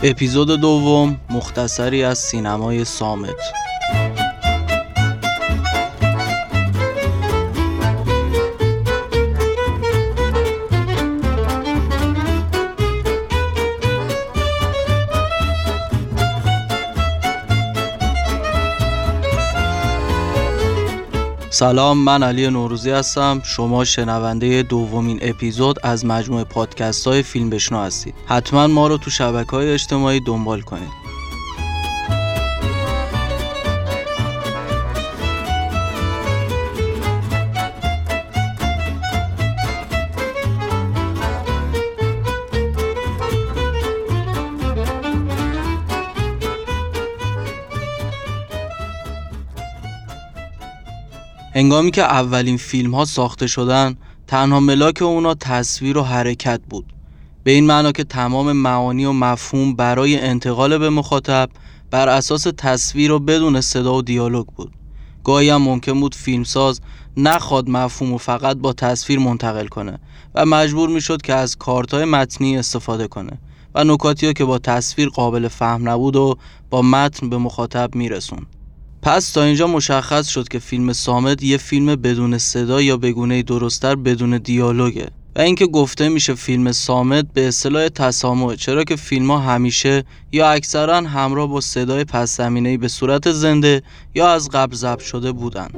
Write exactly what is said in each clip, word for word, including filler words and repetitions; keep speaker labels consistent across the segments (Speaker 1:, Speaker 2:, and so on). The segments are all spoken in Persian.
Speaker 1: اپیزود دوم، مختصری از سینمای صامت. سلام، من علی نوروزی هستم. شما شنونده دومین اپیزود از مجموعه پادکست های فیلم بشنو هستید. حتما ما رو تو شبکه‌های اجتماعی دنبال کنید. هنگامی که اولین فیلم ها ساخته شدن، تنها ملاک اونا تصویر و حرکت بود. به این معنا که تمام معانی و مفهوم برای انتقال به مخاطب بر اساس تصویر و بدون صدا و دیالوگ بود. گاهی هم ممکن بود فیلمساز نخواد مفهوم و فقط با تصویر منتقل کنه و مجبور میشد که از کارت‌های متنی استفاده کنه و نکاتی که با تصویر قابل فهم نبود و با متن به مخاطب میرسون. پس تا اینجا مشخص شد که فیلم صامت یه فیلم بدون صدا یا به گونه‌ای درست‌تر بدون دیالوگه و اینکه گفته میشه فیلم صامت به اصطلاح تسامح، چرا که فیلم‌ها همیشه یا اکثرا همراه با صدای پس زمینه‌ای به صورت زنده یا از قبل ضبط شده بودن.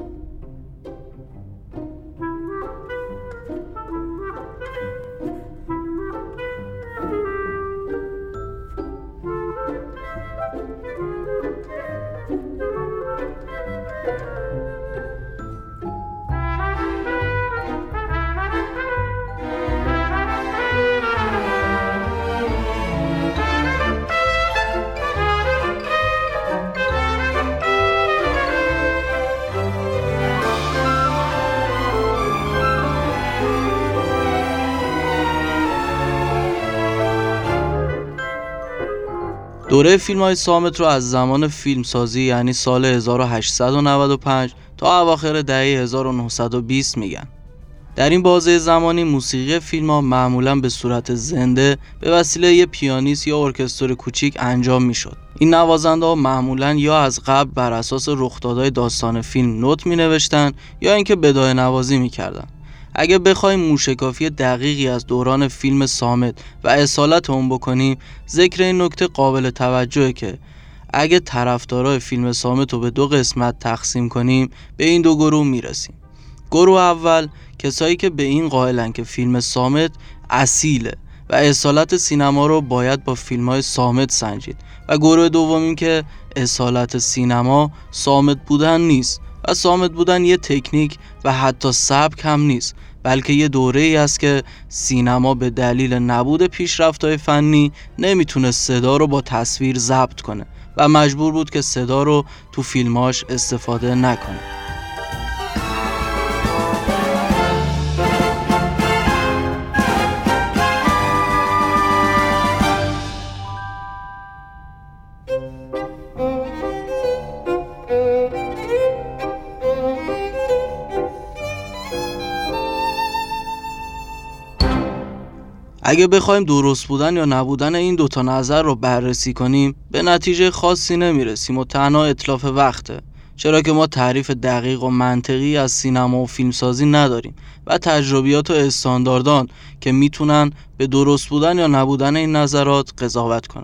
Speaker 1: دوره فیلم های صامت رو از زمان فیلمسازی یعنی سال هزار و هشتصد و نود و پنج تا اواخر دهه هزار و نهصد و بیست میگن. در این بازه زمانی موسیقی فیلم ها معمولاً به صورت زنده به وسیله یه پیانیست یا ارکستر کوچیک انجام میشد. این نوازنده ها معمولاً یا از قبل بر اساس رخدادهای داستان فیلم نوت می نوشتن یا اینکه بدایه نوازی می کردن. اگه بخوایم موشکافی دقیقی از دوران فیلم صامت و اصالت اون بکنیم، ذکر این نکته قابل توجهه که اگه طرفدارای فیلم صامت رو به دو قسمت تقسیم کنیم به این دو گروه میرسیم. گروه اول کسایی که به این قائلن که فیلم صامت اصیله و اصالت سینما رو باید با فیلم‌های صامت سنجید و گروه دومین که اصالت سینما صامت بودن نیست و صامت بودن یه تکنیک و حتی سبک هم نیست، بلکه یه دوره‌ای است که سینما به دلیل نبود پیشرفت‌های فنی نمیتونه صدا رو با تصویر ضبط کنه و مجبور بود که صدا رو تو فیلماش استفاده نکنه. اگه بخوایم درست بودن یا نبودن این دوتا نظر رو بررسی کنیم به نتیجه خاصی نمیرسیم و تنها اتلاف وقته، چرا که ما تعریف دقیق و منطقی از سینما و فیلمسازی نداریم و تجربیات و استانداردان که میتونن به درست بودن یا نبودن این نظرات قضاوت کنن.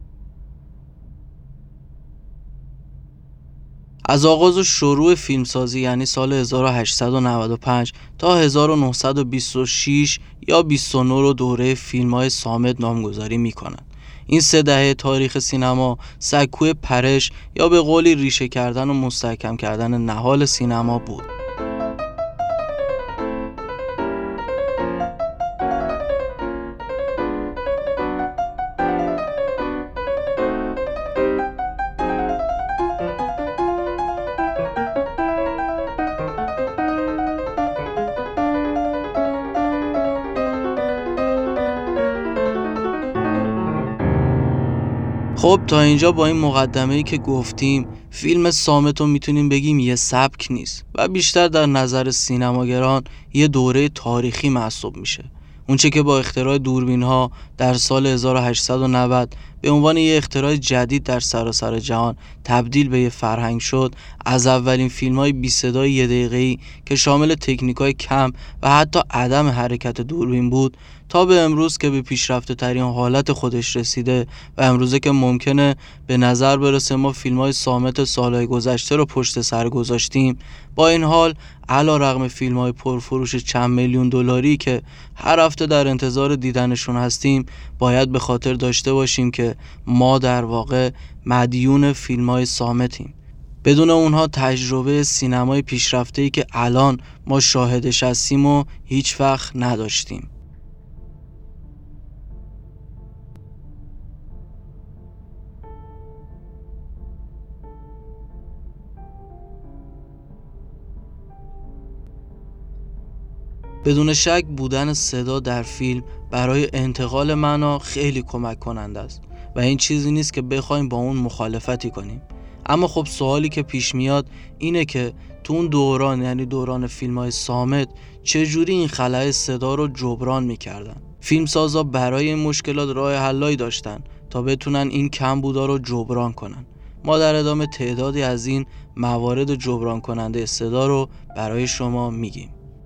Speaker 1: از آغاز و شروع فیلمسازی یعنی سال هزار و هشتصد و نود و پنج تا هزار و نهصد و بیست و شش یا بیست و نه رو دوره فیلم‌های صامت نامگذاری می‌کنند. این سه دهه تاریخ سینما سکوی پرش یا به قولی ریشه کردن و مستحکم کردن نهال سینما بود. خب تا اینجا با این مقدمه‌ای که گفتیم فیلم صامت رو میتونیم بگیم یه سبک نیست و بیشتر در نظر سینماگران یه دوره تاریخی محسوب میشه. اونچه که با اختراع دوربین ها در سال هزار و هشتصد و نود به عنوان یک اختراع جدید در سراسر جهان تبدیل به یک فرهنگ شد، از اولین فیلم های بی صدای یک دقیقه‌ای که شامل تکنیک های کم و حتی عدم حرکت دوربین بود تا به امروز که به پیشرفته ترین حالت خودش رسیده و امروزه که ممکنه به نظر برسه ما فیلم های صامت سالهای گذشته رو پشت سر گذاشتیم. با این حال علیرغم فیلم های پرفروش چند میلیون دلاری که هر هفته در انتظار دیدنشون هستیم، باید به خاطر داشته باشیم که ما در واقع مدیون فیلم های صامتیم. بدون اونها تجربه سینمای پیشرفته‌ای که الان ما شاهدش هستیم و هیچ وقت نداشتیم. بدون شک بودن صدا در فیلم برای انتقال معنا خیلی کمک کننده است و این چیزی نیست که بخوایم با اون مخالفتی کنیم. اما خب سوالی که پیش میاد اینه که تو اون دوران، یعنی دوران فیلم‌های صامت، چجوری این خلأ صدا رو جبران میکردن؟ فیلمسازا برای این مشکلات راه حلایی داشتن تا بتونن این کمبودا رو جبران کنن. ما در ادامه تعدادی از این موارد جبران کننده صدا رو برای شما میگیم.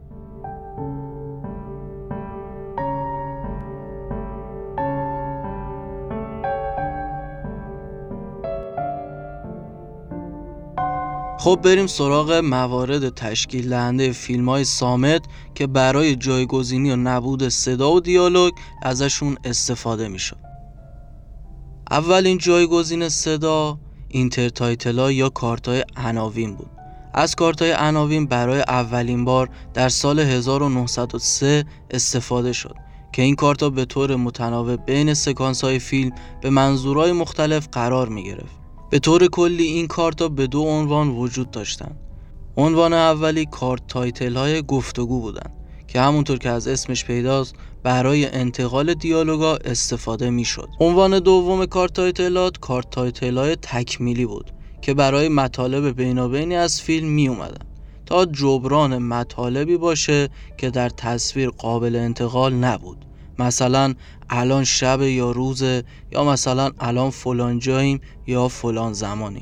Speaker 1: خب بریم سراغ موارد تشکیل دهنده فیلم‌های صامت که برای جایگزینی و نبود صدا و دیالوگ ازشون استفاده میشد. اولین جایگزین صدا اینترتایتل‌ها یا کارت‌های عناوین بود. از کارت‌های عناوین برای اولین بار در سال هزار و نهصد و سه استفاده شد که این کارت‌ها به طور متناوب بین سکانس‌های فیلم به منظورهای مختلف قرار می‌گرفت. به طور کلی این کارت‌ها به دو عنوان وجود داشتند. عنوان اولی کارت تایتل‌های گفتگو بودند که همونطور که از اسمش پیداست برای انتقال دیالوگا استفاده می‌شد. عنوان دوم کارت تایتلات کارت تایتل‌های تکمیلی بود که برای مطالب بینابینی از فیلم می اومدن تا جبران مطالبی باشه که در تصویر قابل انتقال نبود. مثلا الان شب یا روزه، یا مثلا الان فلان جاییم یا فلان زمانیم.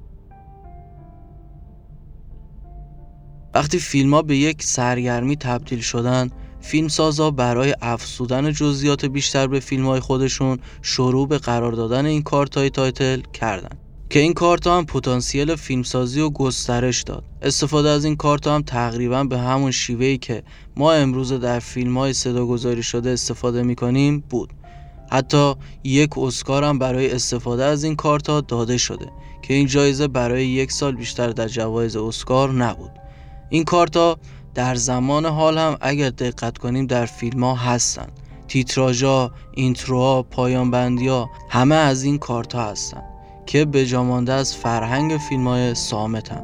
Speaker 1: وقتی فیلم ها به یک سرگرمی تبدیل شدن، فیلمسازا برای افزودن جزئیات بیشتر به فیلم های خودشون شروع به قرار دادن این کارت های تایتل کردن که این کارت ها هم پتانسیل فیلمسازی و گسترش داد. استفاده از این کارت ها هم تقریبا به همون شیوهی که ما امروز در فیلم های صداگذاری شده استفاده میکنیم بود. حتی یک اسکار هم برای استفاده از این کارت ها داده شده که این جایزه برای یک سال بیشتر در جوایز اسکار نبود. این کارت ها در زمان حال هم اگر دقت کنیم در فیلم ها هستن. تیتراژها، اینتروها، پایان بندی‌ها همه از این کارت ها هستن که به جا مانده از فرهنگ فیلم‌های صامتن.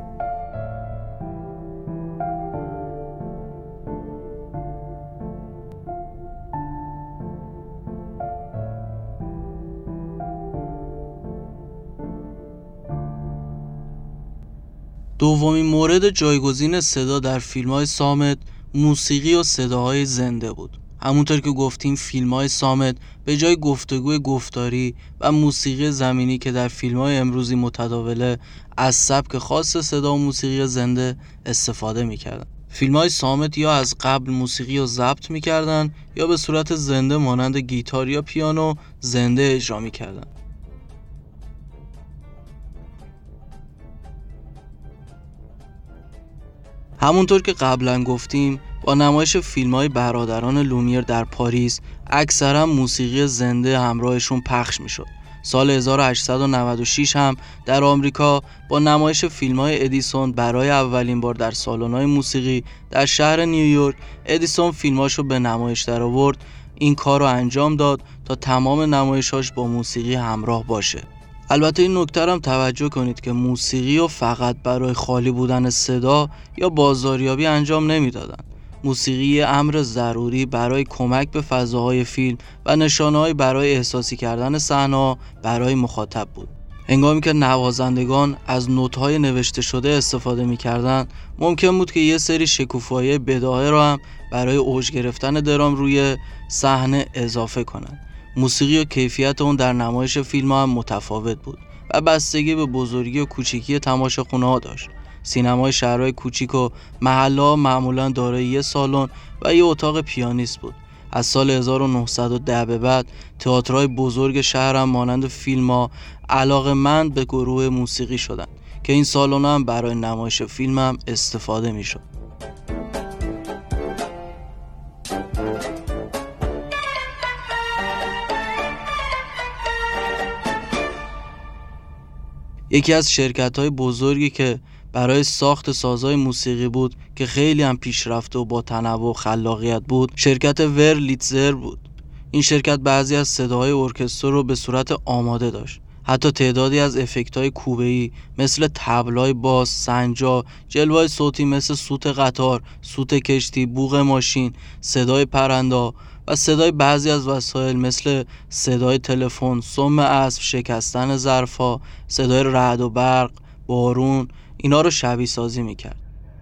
Speaker 1: دومین مورد جایگزین صدا در فیلم‌های صامت موسیقی و صداهای زنده بود. همونطور که گفتیم فیلم‌های صامت به جای گفتگوی گفتاری و موسیقی زمینی که در فیلم‌های امروزی متداوله، از سبک خاص صدا و موسیقی زنده استفاده می‌کردن. فیلم‌های صامت یا از قبل موسیقی رو ضبط می‌کردن یا به صورت زنده مانند گیتار یا پیانو زنده اجرا می‌کردن. همونطور که قبلا گفتیم با نمایش فیلم‌های برادران لومیر در پاریس اکثرا موسیقی زنده همراهشون پخش می‌شد. سال هزار و هشتصد و نود و شش هم در آمریکا با نمایش فیلم‌های ادیسون برای اولین بار در سالن‌های موسیقی در شهر نیویورک، ادیسون فیلماشو به نمایش در آورد. این کار رو انجام داد تا تمام نمایشاش با موسیقی همراه باشه. البته این نکته هم توجه کنید که موسیقی رو فقط برای خالی بودن صدا یا بازاریابی انجام نمیدادن. موسیقی امر ضروری برای کمک به فضاهای فیلم و نشانه‌های برای احساسی کردن صحنه‌ها برای مخاطب بود. هنگامی که نوازندگان از نوت‌های نوشته شده استفاده می‌کردند، ممکن بود که یه سری شکوفایی بداهه را هم برای اوج گرفتن درام روی صحنه اضافه کنند. موسیقی و کیفیت اون در نمایش فیلم‌ها هم متفاوت بود و بستگی به بزرگی و کوچیکی تماشاخونه‌ها داشت. سینمای شهرهای کوچیک و محله‌ها معمولاً دارای یه سالن و یه اتاق پیانیست بود. از سال هزار و نهصد و ده به بعد تئاترهای بزرگ شهر هم مانند فیلم‌ها علاقه‌مند به گروه موسیقی شدند که این سالن‌ها هم برای نمایش فیلم هم استفاده می‌شد. یکی از شرکت‌های بزرگی که برای ساخت سازهای موسیقی بود که خیلی هم پیشرفته و با تنوع و خلاقیت بود، شرکت ورلیتزر بود. این شرکت بعضی از صداهای ارکستر رو به صورت آماده داشت. حتی تعدادی از افکت‌های کوبه‌ای مثل طبل‌های باس، سنجا، جلوه‌های صوتی مثل سوت قطار، سوت کشتی، بوق ماشین، صدای پرنده و صدای بعضی از وسایل مثل صدای تلفن، سم اسب، شکستن ظرف‌ها، صدای رعد و برق، بارون، اینا رو شبیه سازی میکرد.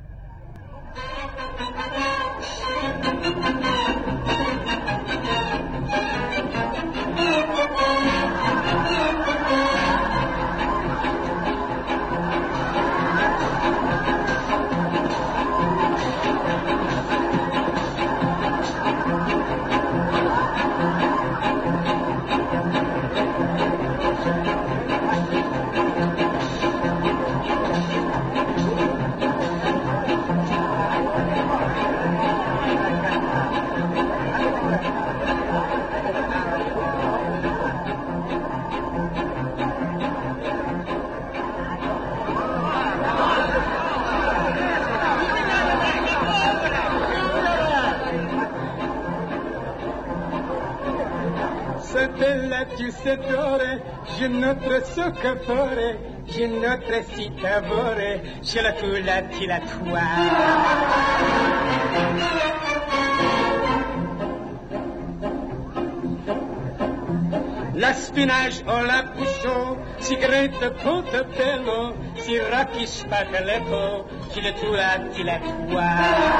Speaker 2: Tu sais dore, je notre soccapore, je notre citavore, je la tula tila tua. La spinach o la bouchon, cigarette ponte bello, si racchi spaghetto, je la tula tila tua.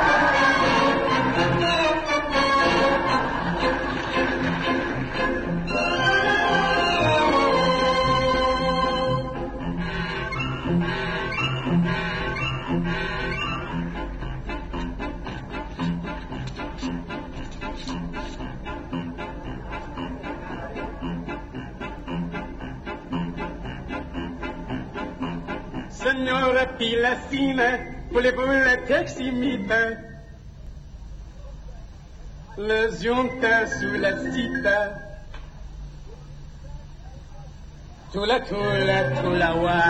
Speaker 2: Signora Pilacina, voulez-vous la teximita? Le giunta sulla cita, tula tula tula wa.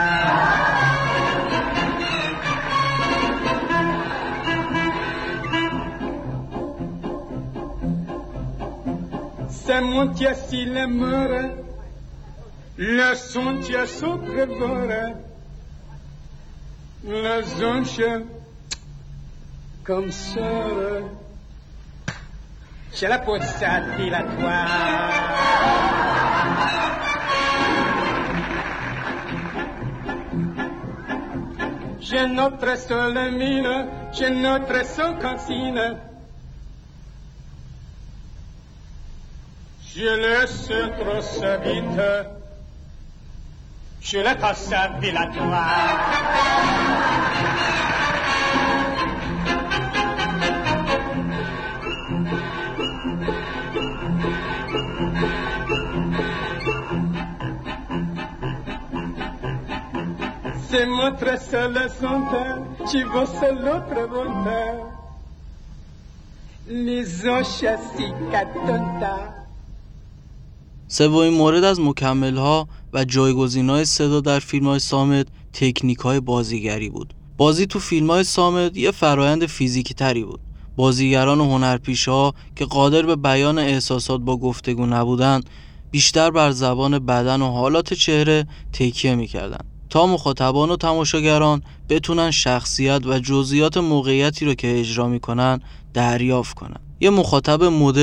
Speaker 2: Se montia si la mora, la sontia sopravvora. La zonche comme ça, j'ai la peau dilatoire. J'ai notre seule mine, j'ai notre seule consigne. Je laisse trop sa vite. Je la passe à dilatoire. C'est notre seule santé, ci vostra l'altra volta. Les onchassi catonta.
Speaker 1: سومین مورد از مکمل‌ها و جایگزین‌های صدا در فیلم‌های صامت تکنیک‌های بازیگری بود. بازی تو فیلم‌های صامت یه فرایند فیزیکی تری بود. بازیگران و هنرپیشه‌ها که قادر به بیان احساسات با گفتگو نبودن، بیشتر بر زبان بدن و حالات چهره تکیه می‌کردن تا مخاطبان و تماشاگران بتونن شخصیت و جزئیات موقعیتی رو که اجرا می‌کنن دریافت کنن. یه مخاطب مدرن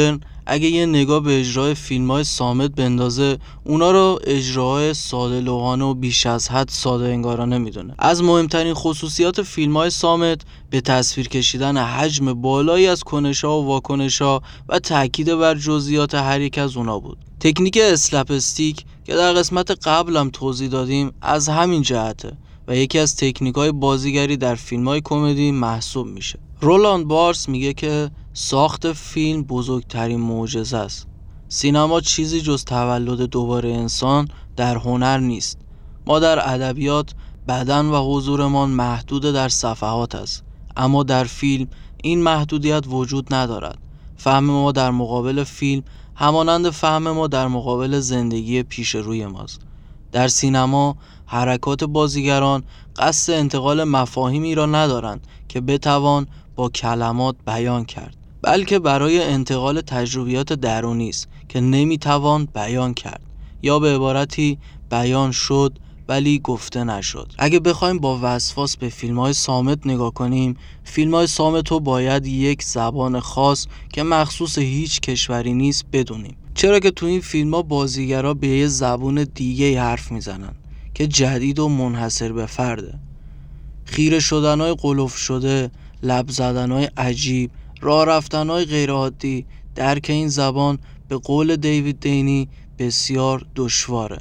Speaker 1: اگه یه نگاه به اجرای فیلم‌های صامت بندازه، اونا رو اجراهای ساده لوحانه و بیش از حد ساده انگارانه میدونه. از مهمترین خصوصیات فیلم‌های صامت به تصویر کشیدن حجم بالایی از کنش‌ها و واکنش‌ها و تاکید بر جزئیات هر یک از اونا بود. تکنیک اسلپ استیک که در قسمت قبلم توضیح دادیم از همین جهته و یکی از تکنیک‌های بازیگری در فیلم‌های کمدی محسوب میشه. رولاند بارتز میگه که ساخت فیلم بزرگترین معجزه است. سینما چیزی جز تولد دوباره انسان در هنر نیست. ما در ادبیات بدن و حضورمان محدود در صفحات است، اما در فیلم این محدودیت وجود ندارد. فهم ما در مقابل فیلم همانند فهم ما در مقابل زندگی پیش روی ماست. در سینما حرکات بازیگران قصد انتقال مفاهیمی را ندارند که بتوان با کلمات بیان کرد، بلکه برای انتقال تجربیات درونی است که نمیتوان بیان کرد، یا به عبارتی بیان شد ولی گفته نشد. اگه بخوایم با وسواس به فیلم‌های صامت نگاه کنیم، فیلم‌های صامت رو باید یک زبان خاص که مخصوص هیچ کشوری نیست بدونیم، چرا که تو این فیلم‌ها بازیگرا به یه زبون دیگه حرف میزنن که جدید و منحصر به فرده. خیره شدن‌های قلوف شده، لب زدن‌های عجیب، راه رفتن‌های غیرعادی، درک این زبان به قول دیوید دینی بسیار دشواره.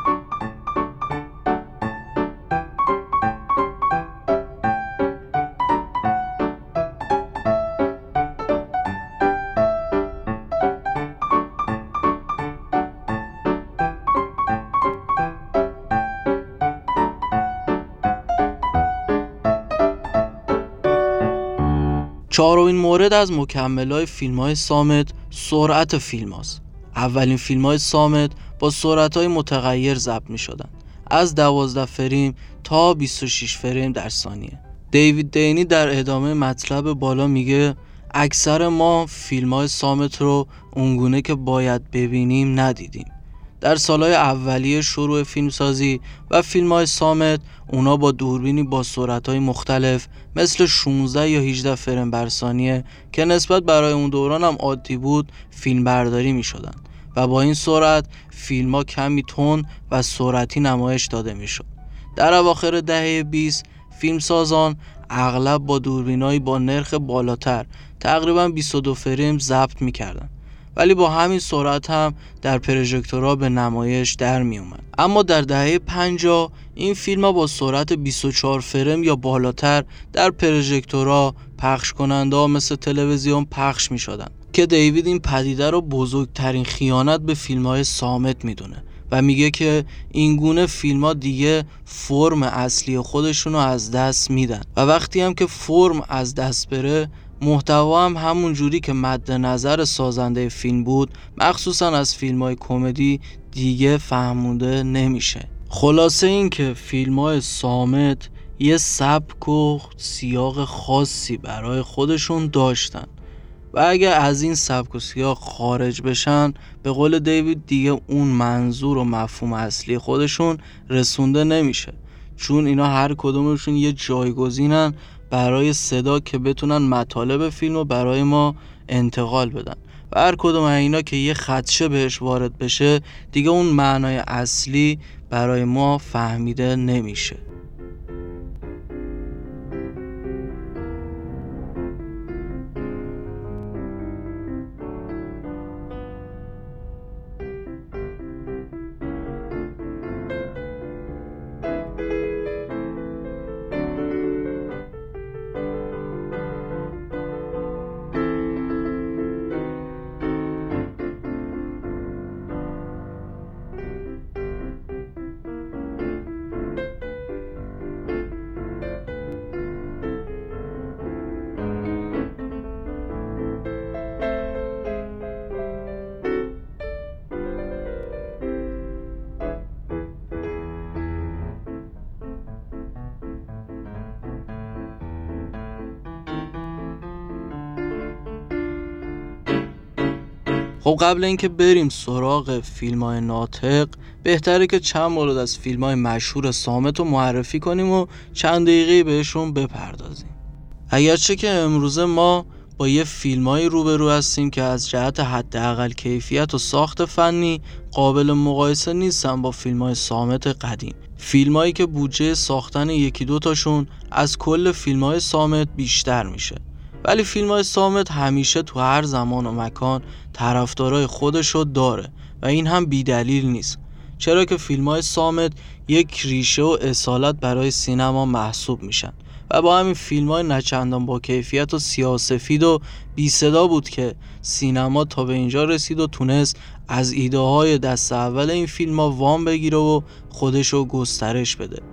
Speaker 1: چهارمین مورد از مکمل‌های فیلم‌های صامت سرعت فیلم هاست. اولین فیلم‌های صامت با سرعت‌های متغیر ضبط می‌شدند، از دوازده فریم تا بیست و شش فریم در ثانیه. دیوید دینی در ادامه مطلب بالا میگه اکثر ما فیلم‌های صامت رو اونگونه که باید ببینیم ندیدیم. در سالهای اولیه شروع فیلمسازی و فیلم‌های صامت اونا با دوربینی با سرعت‌های مختلف مثل شانزده یا هجده فریم بر ثانیه که نسبت برای اون دوران هم عادی بود فیلم برداری می‌شدن و با این سرعت فیلم‌ها کمی تند و سرعتی نمایش داده می‌شد. در اواخر دهه بیست فیلمسازان اغلب با دوربینایی با نرخ بالاتر تقریباً بیست و دو فریم ضبط می‌کردند، ولی با همین سرعت هم در پروژکتورها به نمایش در می اومد. اما در دهه پنجاه این فیلم ها با سرعت بیست و چهار فریم یا بالاتر در پروژکتورها پخش کننده ها مثل تلویزیون پخش می شدن که دیوید این پدیده رو بزرگترین خیانت به فیلم های صامت می دونه و میگه که این گونه فیلم ها دیگه فرم اصلی خودشونو از دست میدن و وقتی هم که فرم از دست بره محتوا هم همون جوری که مد نظر سازنده فیلم بود مخصوصا از فیلم‌های کمدی دیگه فهمونده نمیشه. خلاصه این که فیلم‌های صامت یه سبک و سیاق خاصی برای خودشون داشتن و اگه از این سبک و سیاق خارج بشن به قول دیوید دیگه اون منظور و مفهوم اصلی خودشون رسونده نمیشه، چون اینا هر کدومشون یه جایگزینن برای صدا که بتونن مطالب فیلم رو برای ما انتقال بدن و هر کدوم اینا که یه خدشه بهش وارد بشه دیگه اون معنای اصلی برای ما فهمیده نمیشه. خب قبل اینکه بریم سراغ فیلم‌های ناطق بهتره که چند مورد از فیلم‌های مشهور صامت رو معرفی کنیم و چند دقیقه بهشون بپردازیم. اگرچه که امروزه ما با یه فیلمایی روبرو هستیم که از جهت حداقل کیفیت و ساخت فنی قابل مقایسه نیستن با فیلم‌های صامت قدیم. فیلمایی که بودجه ساختن یکی دو تاشون از کل فیلم‌های صامت بیشتر میشه. ولی فیلم‌های صامت همیشه تو هر زمان و مکان طرفدارای خودشو داره و این هم بی‌دلیل نیست. چرا که فیلم‌های صامت یک ریشه و اصالت برای سینما محسوب میشن و با همین فیلم‌های نچندان با کیفیت و سیاه‌وسفید و بی صدا بود که سینما تا به اینجا رسید و تونست از ایده‌های دست اول این فیلم‌ها وام بگیره و خودشو گسترش بده.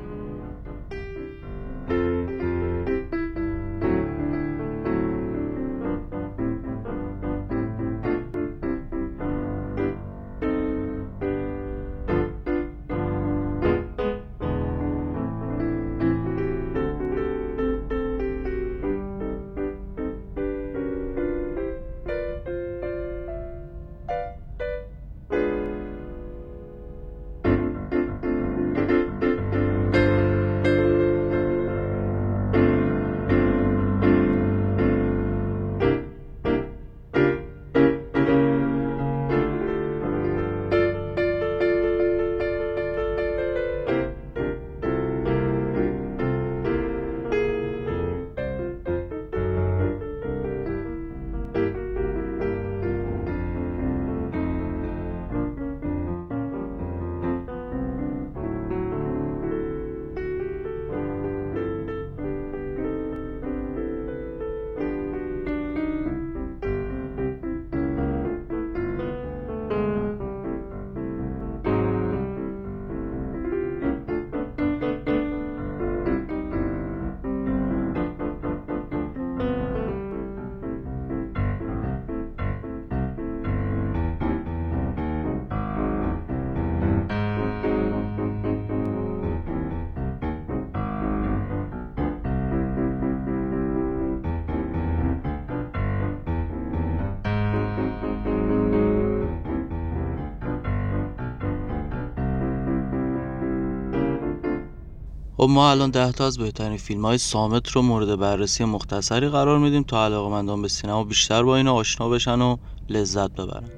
Speaker 1: و ما الان ده تا از بهترین فیلم‌های صامت رو مورد بررسی مختصری قرار میدیم تا علاقه‌مندان به سینما بیشتر با اینا آشنا بشن و لذت ببرن.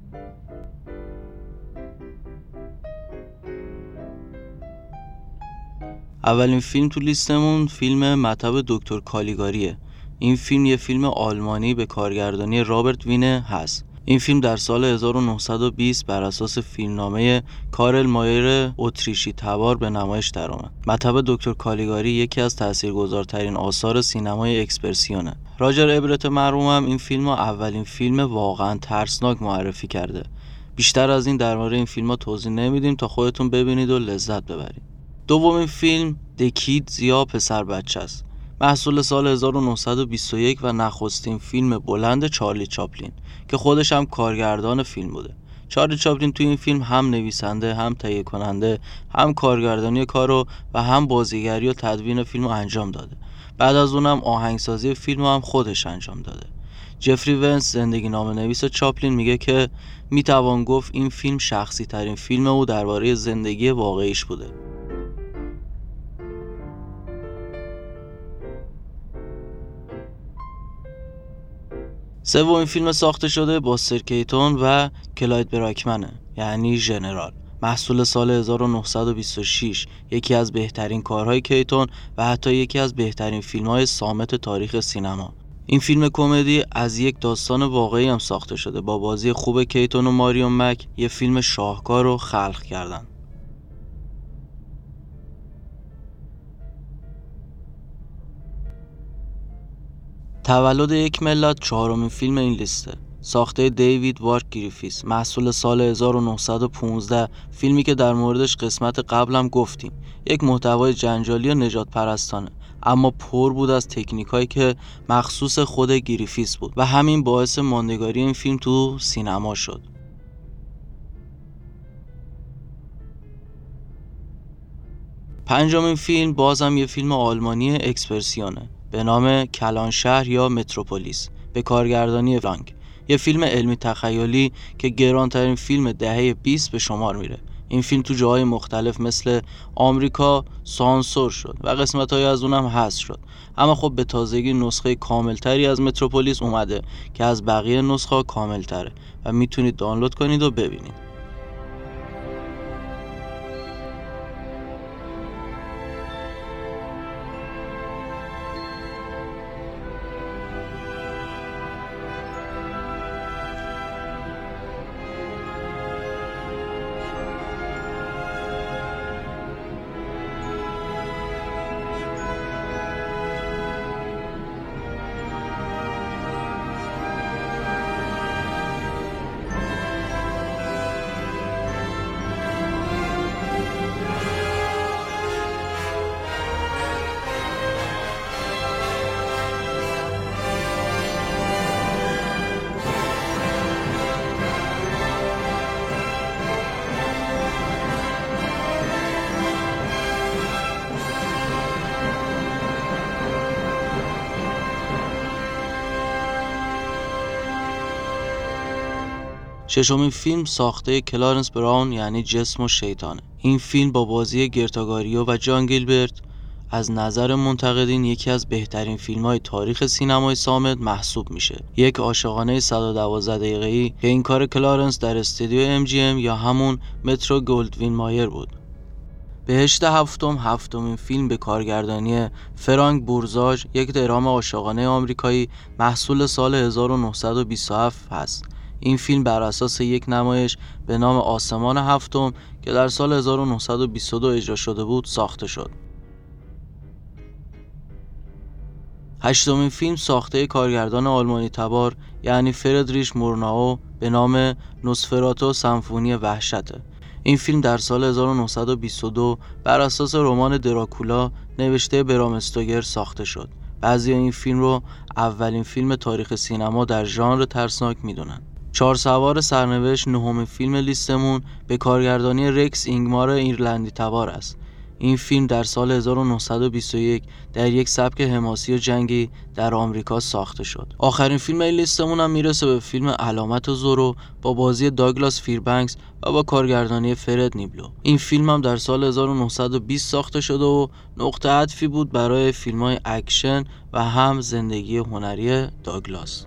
Speaker 1: اولین فیلم تو لیستمون فیلم مطب دکتر کالیگاریه. این فیلم یه فیلم آلمانی به کارگردانی رابرت وینه هست. این فیلم در سال هزار و نهصد و بیست بر اساس فیلمنامه کارل مایر اتریشی تبار به نمایش درآمد. مطب دکتر کالیگاری یکی از تاثیرگذارترین آثار سینمای اکسپرسیونه. راجر ابرت مرحوم هم این فیلمو اولین فیلم واقعا ترسناک معرفی کرده. بیشتر از این در مورد این فیلم‌ها توضیح نمیدیم تا خودتون ببینید و لذت ببرید. دومین فیلم دکیدز یا پسر بچه است. محصول سال هزار و نهصد و بیست و یک و نخستین فیلم بلند چارلی چاپلین که خودش هم کارگردان فیلم بوده. چارلی چاپلین توی این فیلم هم نویسنده، هم تهیه کننده، هم کارگردانی کارو و هم بازیگری و تدوین فیلمو انجام داده. بعد از اونم آهنگسازی فیلمو هم خودش انجام داده. جفری ونس زندگی نامه نویس چاپلین میگه که میتوان گفت این فیلم شخصی ترین فیلم او درباره زندگی واقعیش بوده. سومین فیلم ساخته شده باستر کیتون و کلاید براکمنه، یعنی ژنرال. محصول سال هزار و نهصد و بیست و شش، یکی از بهترین کارهای کیتون و حتی یکی از بهترین فیلم‌های صامت تاریخ سینما. این فیلم کمدی از یک داستان واقعی هم ساخته شده. با بازی خوب کیتون و ماریون مک یه فیلم شاهکار رو خلق کردن. تولد یک ملت چهارمین فیلم این لیسته. ساخته دیوید وارک گریفیس. محصول سال هزار و نهصد و پانزده، فیلمی که در موردش قسمت قبلم گفتیم. یک محتوای جنجالی و نجات پرستانه، اما پر بود از تکنیکایی که مخصوص خود گریفیس بود و همین باعث ماندگاری این فیلم تو سینما شد. پنجمین فیلم بازم یه فیلم آلمانی اکسپرسیونه به نام کلان شهر یا متروپولیس به کارگردانی فرانک. یه فیلم علمی تخیلی که گرانترین فیلم دهه بیست به شمار میره. این فیلم تو جاهای مختلف مثل آمریکا سانسور شد و قسمت‌های از اونم حذف شد، اما خب به تازگی نسخه کاملتری از متروپولیس اومده که از بقیه نسخه‌ها کاملتره و میتونید دانلود کنید و ببینید. ششمین فیلم ساخته کلارنس براون یعنی جسم و شیطانه. این فیلم با بازی گرتاگاریو و جان گیلبرت از نظر منتقدین یکی از بهترین فیلم‌های تاریخ سینمای صامت محسوب میشه. یک عاشقانه صد و دوازده دقیقه‌ای که این کار کلارنس در استودیو ام جی ام یا همون مترو گلدوین مایر بود. بهشت هفتم هفتمین فیلم به کارگردانی فرانک بورزاژ، یک درام عاشقانه آمریکایی محصول سال هزار و نهصد و بیست و هفت هست. این فیلم بر اساس یک نمایش به نام آسمان هفتم که در سال هزار و نهصد و بیست و دو اجرا شده بود ساخته شد. هشتمین فیلم ساخته کارگردان آلمانی تبار یعنی فردریش مورناو به نام نوسفراتو سمفونی وحشته. این فیلم در سال هزار و نهصد و بیست و دو بر اساس رمان دراکولا نوشته برام استوگر ساخته شد. بعضی این فیلم رو اولین فیلم تاریخ سینما در ژانر ترسناک میدونن. چهار سوار سرنوشت نهمین فیلم لیستمون به کارگردانی رکس اینگمار ایرلندی تبار است. این فیلم در سال هزار و نهصد و بیست و یک در یک سبک حماسی و جنگی در آمریکا ساخته شد. آخرین فیلم این لیستمون هم میرسه به فیلم علامت زورو با بازی داگلاس فیربنکس و با کارگردانی فرد نیبلو. این فیلم هم در سال هزار و نهصد و بیست ساخته شده و نقطه عطفی بود برای فیلم‌های اکشن و هم زندگی هنری داگلاس.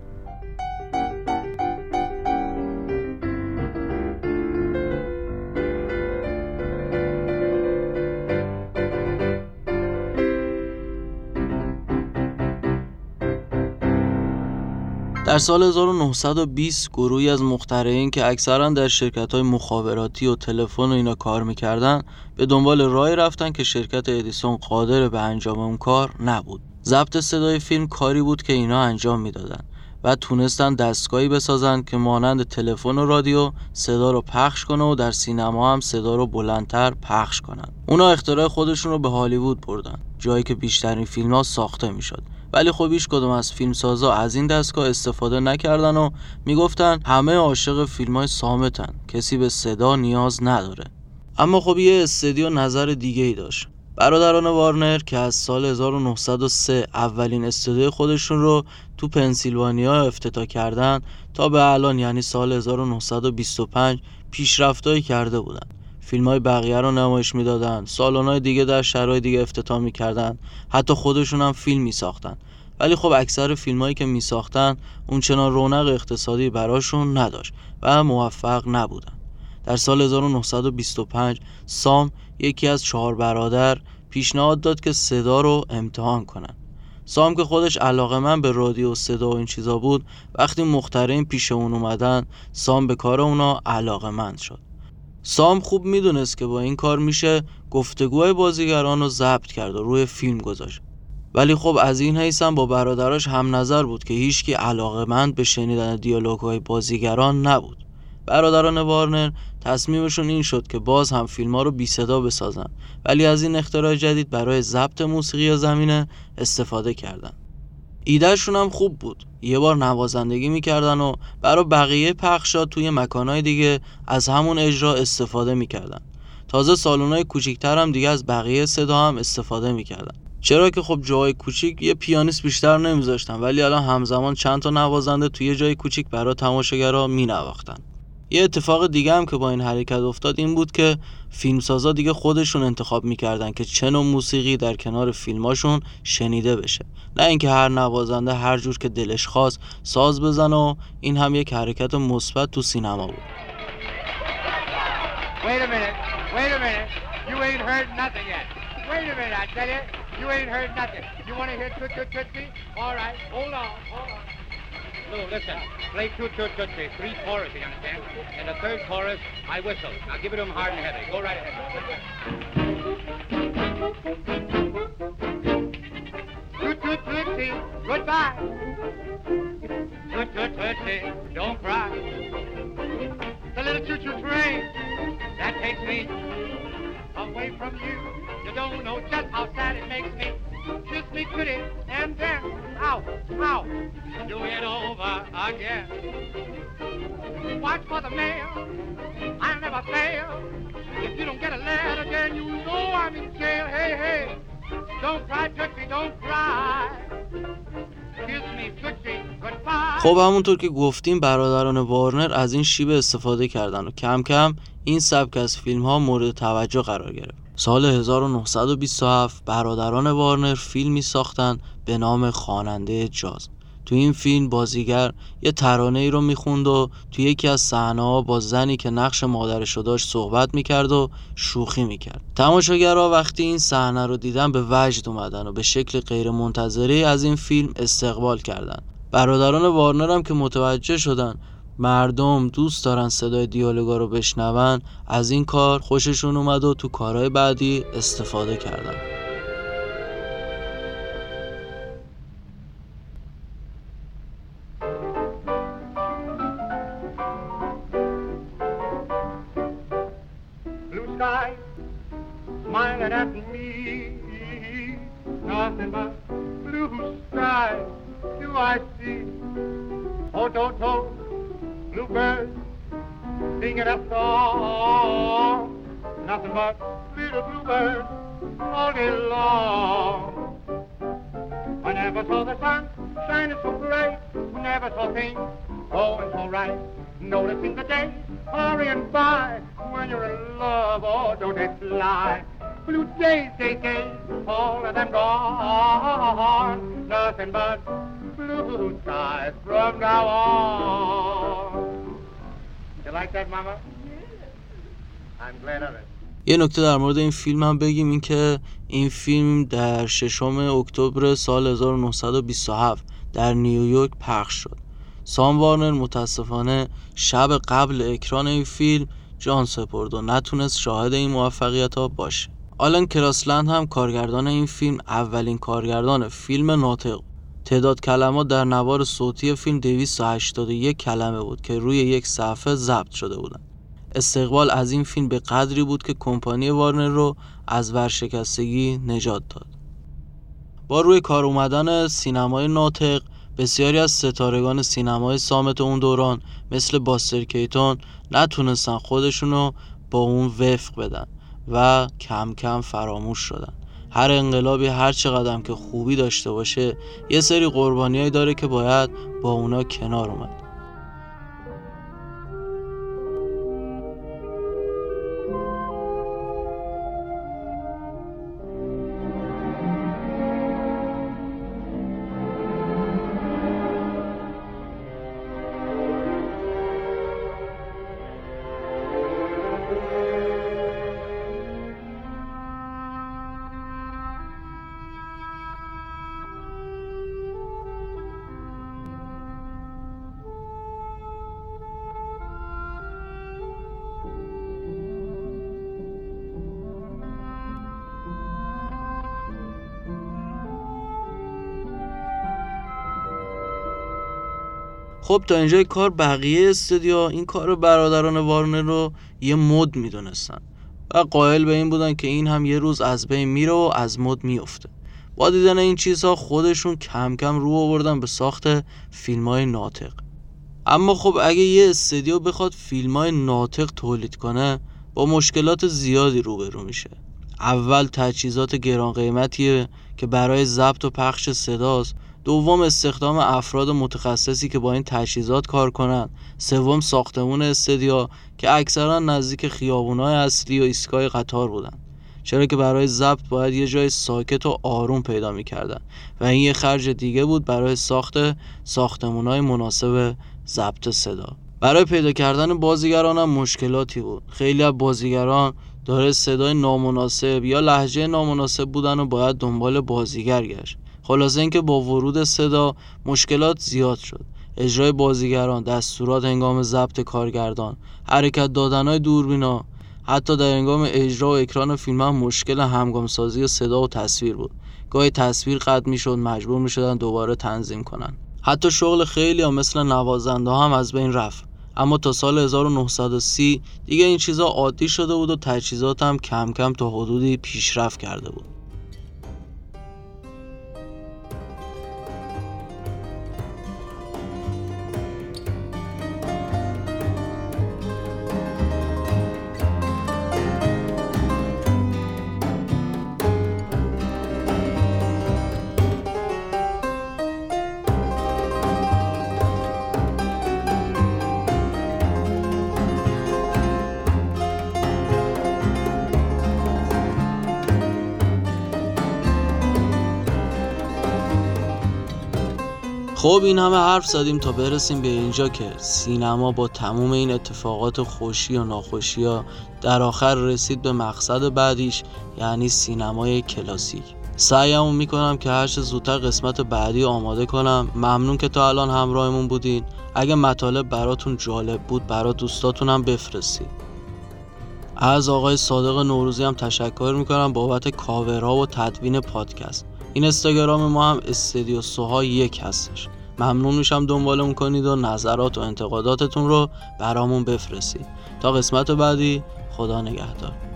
Speaker 1: در سال هزار و نهصد و بیست گروهی از مخترعین که اکثرا در شرکت‌های مخابراتی و تلفن و اینا کار می‌کردن به دنبال راهی رفتن که شرکت ادیسون قادر به انجام اون کار نبود. ضبط صدای فیلم کاری بود که اینا انجام میدادن و تونستن دستگاهی بسازن که مانند تلفن و رادیو صدا رو پخش کنه و در سینما هم صدا رو بلندتر پخش کنن. اونا اختراع خودشون رو به هالیوود بردن، جایی که بیشترین فیلم‌ها ساخته میشد. ولی خب هیچ کدوم از فیلمسازا از این دستگاه استفاده نکردن و میگفتن همه عاشق فیلم‌های صامتن، کسی به صدا نیاز نداره. اما خب یه استدیو نظر دیگه ای داشت. برادران وارنر که از سال هزار و نهصد و سه اولین استودیو خودشون رو تو پنسیلوانیا افتتاح کردن تا به الان یعنی سال هزار و نهصد و بیست و پنج پیشرفتایی کرده بودن. فیلم‌های بقیه رو نمایش میدادن، سالن‌های دیگه در شهرهای دیگه افتتاح میکردن، حتی خودشون هم فیلم میساختن. ولی خب اکثر فیلم‌هایی که میساختن اون چنان رونق اقتصادی براشون نداشت و موفق نبودن. در سال هزار و نهصد و بیست و پنج سام یکی از چهار برادر پیشنهاد داد که صدا رو امتحان کنن. سام که خودش علاقه‌مند به رادیو و صدا و این چیزا بود، وقتی مخترعین پیش اون اومدن سام به کار اونا علاقه‌مند شد. سام خوب میدونست که با این کار میشه گفتگوهای بازیگران رو ضبط کرد و روی فیلم گذاشت. ولی خب از این حیث هم با برادراش هم نظر بود که هیچکی علاقه‌مند به شنیدن دیالوگ‌های بازیگران نبود. برادران وارنر تصمیمشون این شد که باز هم فیلم‌ها رو بی صدا بسازن، ولی از این اختراع جدید برای ضبط موسیقی زمینه استفاده کردن. ایدهشون هم خوب بود. یه بار نوازندگی میکردن و برای بقیه پخشات توی مکانهای دیگه از همون اجرا استفاده میکردن. تازه سالن‌های کوچیک‌تر هم دیگه از بقیه صدا هم استفاده میکردن. چرا که خب جای کوچیک یه پیانیست بیشتر نمیذاشتن، ولی الان همزمان چند تا نوازنده توی جای کوچیک برای تماشاگرها مینواختن. یه اتفاق دیگه هم که با این حرکت افتاد این بود که فیلمسازا دیگه خودشون انتخاب میکردن که چه نوع موسیقی در کنار فیلماشون شنیده بشه، نه اینکه هر نوازنده هر جور که دلش خواست ساز بزنه و این هم یک حرکت مثبت تو سینما بود.
Speaker 2: Wait a minute, wait a minute, you ain't heard nothing yet. Wait a minute, I tell you, you ain't heard nothing. You want to hear Toot Toot Tootsie? All right, hold on, hold on. No, listen, play Toot Toot Tootsie, three choruses, you understand? And the third chorus, I whistle. Now give it to him hard and heavy. Go right ahead. Toot Toot Tootsie, goodbye. Toot Toot Tootsie, don't cry. The little choo-choo train that takes me away from you. You don't know just how sad it makes me. Kiss me pretty and then, ow, ow, do it over again. Watch for the mail, I'll never fail. If you don't get a letter, then you know I'm in jail. Hey, hey, don't cry, Tootsie, don't cry. Kiss me, Tootsie, goodbye.
Speaker 1: خب همونطور که گفتیم برادران وارنر از این شیوه استفاده کردن و کم کم این سبک از فیلم ها مورد توجه قرار گرفت. سال هزار و نهصد و بیست و هفت برادران وارنر فیلمی ساختن به نام خواننده جاز. تو این فیلم بازیگر یه ترانه ای رو میخوند و تو یکی از صحنه‌ها با زنی که نقش مادرش رو داشت صحبت میکرد و شوخی میکرد. تماشاگرها وقتی این صحنه رو دیدن به وجد اومدن و به شکل غیر منتظره از این فیلم استقبال کردن. برادران وارنر هم که متوجه شدن مردم دوست دارن صدای دیالوگا رو بشنون، از این کار خوششون اومد و تو کارهای بعدی استفاده کردن.
Speaker 2: Blue sky, smiling at me, nothing but blue sky do I see. Oh, don't, don't. Bluebirds singing a song, nothing but little bluebirds all day long. I never saw the sun shining so bright, never saw things going so right. Noticing the day hurrying by, when you're in love, oh, don't they fly? Blue days, days, days, all of them gone, nothing but blue skies from now on. You like that, Mama? I'm glad of it.
Speaker 1: یه نکته در مورد این فیلم هم بگیم، این که این فیلم در ششم اکتبر سال هزار و نهصد و بیست و هفت در نیویورک پخش شد. سام وارنر متاسفانه شب قبل اکران این فیلم جان سپرد و نتونست شاهد این موفقیت ها باشه. آلن کراسلند هم کارگردان این فیلم اولین کارگردان فیلم ناطق. تعداد کلمات در نوار صوتی فیلم دویست و هشتاد و یک کلمه بود که روی یک صفحه ضبط شده بودن. استقبال از این فیلم به قدری بود که کمپانی وارنر رو از ورشکستگی نجات داد. با روی کار اومدن سینمای ناطق بسیاری از ستارگان سینمای صامت اون دوران مثل باستر کیتون نتونستن خودشونو با اون وفق بدن و کم کم فراموش شدن. هر انقلابی هر چقدر که خوبی داشته باشه یه سری قربانیایی داره که باید با اونا کنار اومد. خب تا اینجای کار بقیه استودیوها این کار برادران وارنر رو یه مد میدونستن و قائل به این بودن که این هم یه روز از بین میره و از مد میفته. با دیدن این چیزها خودشون کم کم رو آوردن به ساخت فیلم‌های ناطق. اما خب اگه یه استودیو بخواد فیلم‌های ناطق تولید کنه با مشکلات زیادی روبرو میشه. اول تجهیزات گران قیمتیه که برای ضبط و پخش صداست. دوم استخدام افراد متخصصی که با این تجهیزات کار کنند. سوم ساختمون استدیو که اکثرا نزدیک خیابون‌های اصلی و ایستگاه قطار بودن، چرا که برای ضبط باید یه جای ساکت و آروم پیدا می‌کردن و این یه خرج دیگه بود برای ساخت ساختمون‌های مناسب ضبط صدا. برای پیدا کردن بازیگران هم مشکلاتی بود. خیلی از بازیگران داره صدای نامناسب یا لهجه نامناسب بودن و باید دنبال بازیگر گشت. خلاصه اینکه با ورود صدا مشکلات زیاد شد. اجرای بازیگران، دستورات هنگام ضبط کارگردان، حرکت دادن‌های دوربینا، حتی در هنگام اجرا و اکران فیلم هم مشکل همگام سازی صدا و تصویر بود. گاهی تصویر قطع می‌شد، مجبور می‌شدن دوباره تنظیم کنن. حتی شغل خیلی ها مثل نوازنده ها هم از بین رفت. اما تا سال هزار و نهصد و سی دیگه این چیزا عادی شده بود و تجهیزات هم کم کم تا حدودی پیشرفت کرده بود. خب این همه حرف زدیم تا برسیم به اینجا که سینما با تموم این اتفاقات خوشی و ناخوشی ها در آخر رسید به مقصد بعدیش، یعنی سینمای کلاسیک. سعیمو میکنم که هرچه زودتر قسمت بعدی آماده کنم. ممنون که تا الان همراهمون بودین. اگه مطالب براتون جالب بود برات دوستاتون هم بفرستید. از آقای صادق نوروزی هم تشکر میکنم بابت کاورها و تدوین پادکست. این اینستاگرام ما هم استدیو سوها یک هستش. ممنون میشم دنبالمون کنید و نظرات و انتقاداتتون رو برامون بفرستید. تا قسمت بعدی، خدا نگهدار.